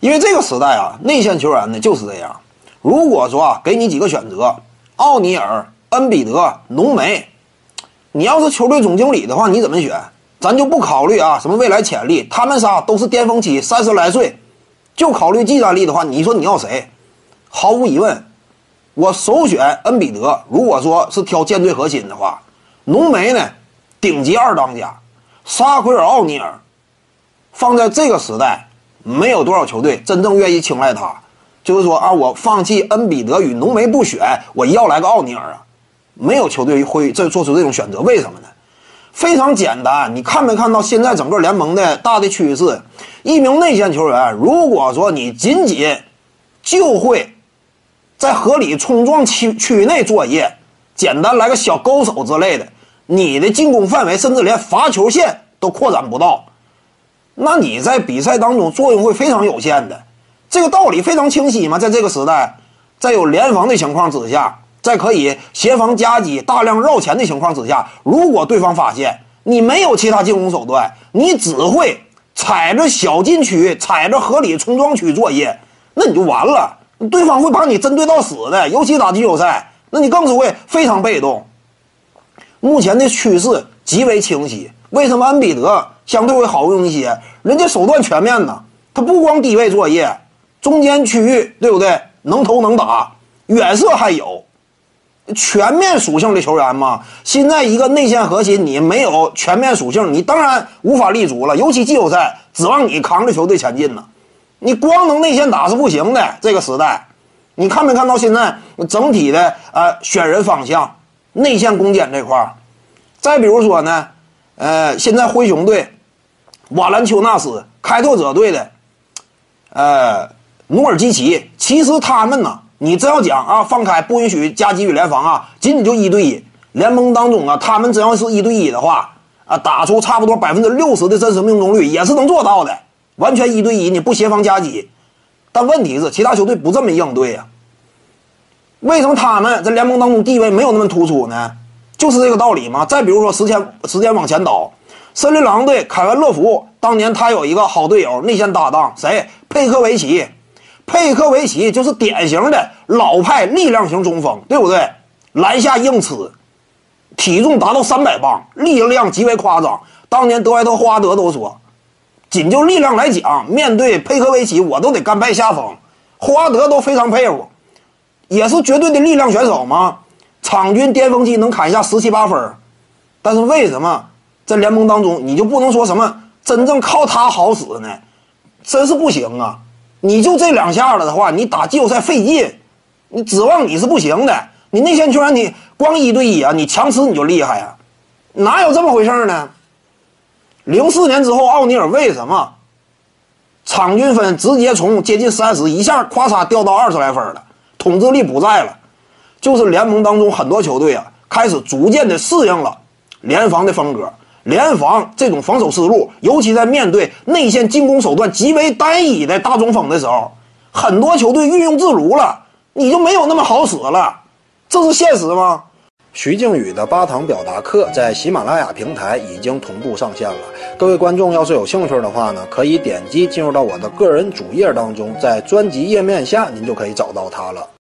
因为这个时代啊，内线球员呢就是这样。如果说啊，给你几个选择，奥尼尔、恩比德、浓眉，你要是球队总经理的话，你怎么选？咱就不考虑啊什么未来潜力，他们仨都是巅峰期，30来岁，就考虑技战力的话，你说你要谁？毫无疑问，我首选恩比德。如果说是挑舰队核心的话，浓眉呢，顶级2当家，沙奎尔、奥尼尔，放在这个时代，没有多少球队真正愿意青睐他。就是说啊，我放弃恩比德与浓眉不选，我要来个奥尼尔啊，没有球队会做出这种选择。为什么呢？非常简单，你看没看到现在整个联盟的大的趋势？一名内线球员，如果说你仅仅就会在合理冲撞区内作业，简单来个小勾手之类的，你的进攻范围甚至连罚球线都扩展不到，那你在比赛当中作用会非常有限的。这个道理非常清晰嘛，在这个时代，在有联防的情况之下，在可以协防夹击、大量绕前的情况之下，如果对方发现你没有其他进攻手段，你只会踩着小禁区、踩着合理冲撞区作业，那你就完了。对方会把你针对到死的，尤其打季后赛，那你更是会非常被动。目前的趋势极为清晰，为什么恩比德相对会好用一些？人家手段全面呢，他不光低位作业，中间区域对不对？能投能打，远射还有，全面属性的球员嘛。现在一个内线核心，你没有全面属性，你当然无法立足了。尤其季后赛，指望你扛着球队前进呢，你光能内线打是不行的。这个时代，你看没看到现在整体的选人方向，内线攻坚这块儿？再比如说呢，现在灰熊队瓦兰丘纳斯、开拓者队的努尔基奇，其实他们呢，你真要讲啊，放开不允许夹击与联防啊，仅仅就1对1，联盟当中啊，他们只要是1对1的话啊，打出差不多60%的真实命中率也是能做到的，完全1对1，你不协防夹击。但问题是，其他球队不这么应对啊。为什么他们在联盟当中地位没有那么突出呢？就是这个道理嘛。再比如说时间往前倒，森林狼队凯文乐福当年他有一个好队友，内线搭档谁？佩科维奇。佩科维奇就是典型的老派力量型中锋，对不对？篮下硬吃，体重达到300磅，力量极为夸张。当年德怀特·霍华德都说，仅就力量来讲，面对佩科维奇我都得甘拜下风。霍华德都非常佩服，也是绝对的力量选手嘛。场均巅峰期能砍下17、8分，但是为什么在联盟当中你就不能说什么真正靠他好使呢？真是不行啊！你就这2下了的话，你打季后赛费劲，你指望你是不行的。你内线球员你光1对1啊，你强吃你就厉害啊，哪有这么回事呢？04年之后，奥尼尔为什么场均分直接从接近30一下咔嚓掉到20来分了，统治力不在了？就是联盟当中很多球队啊，开始逐渐的适应了联防的风格。联防这种防守思路，尤其在面对内线进攻手段极为单一的大中锋的时候，很多球队运用自如了，你就没有那么好使了，这是现实吗？ 徐静宇的8堂表达课在喜马拉雅平台已经同步上线了，各位观众要是有兴趣的话呢，可以点击进入到我的个人主页当中，在专辑页面下您就可以找到它了。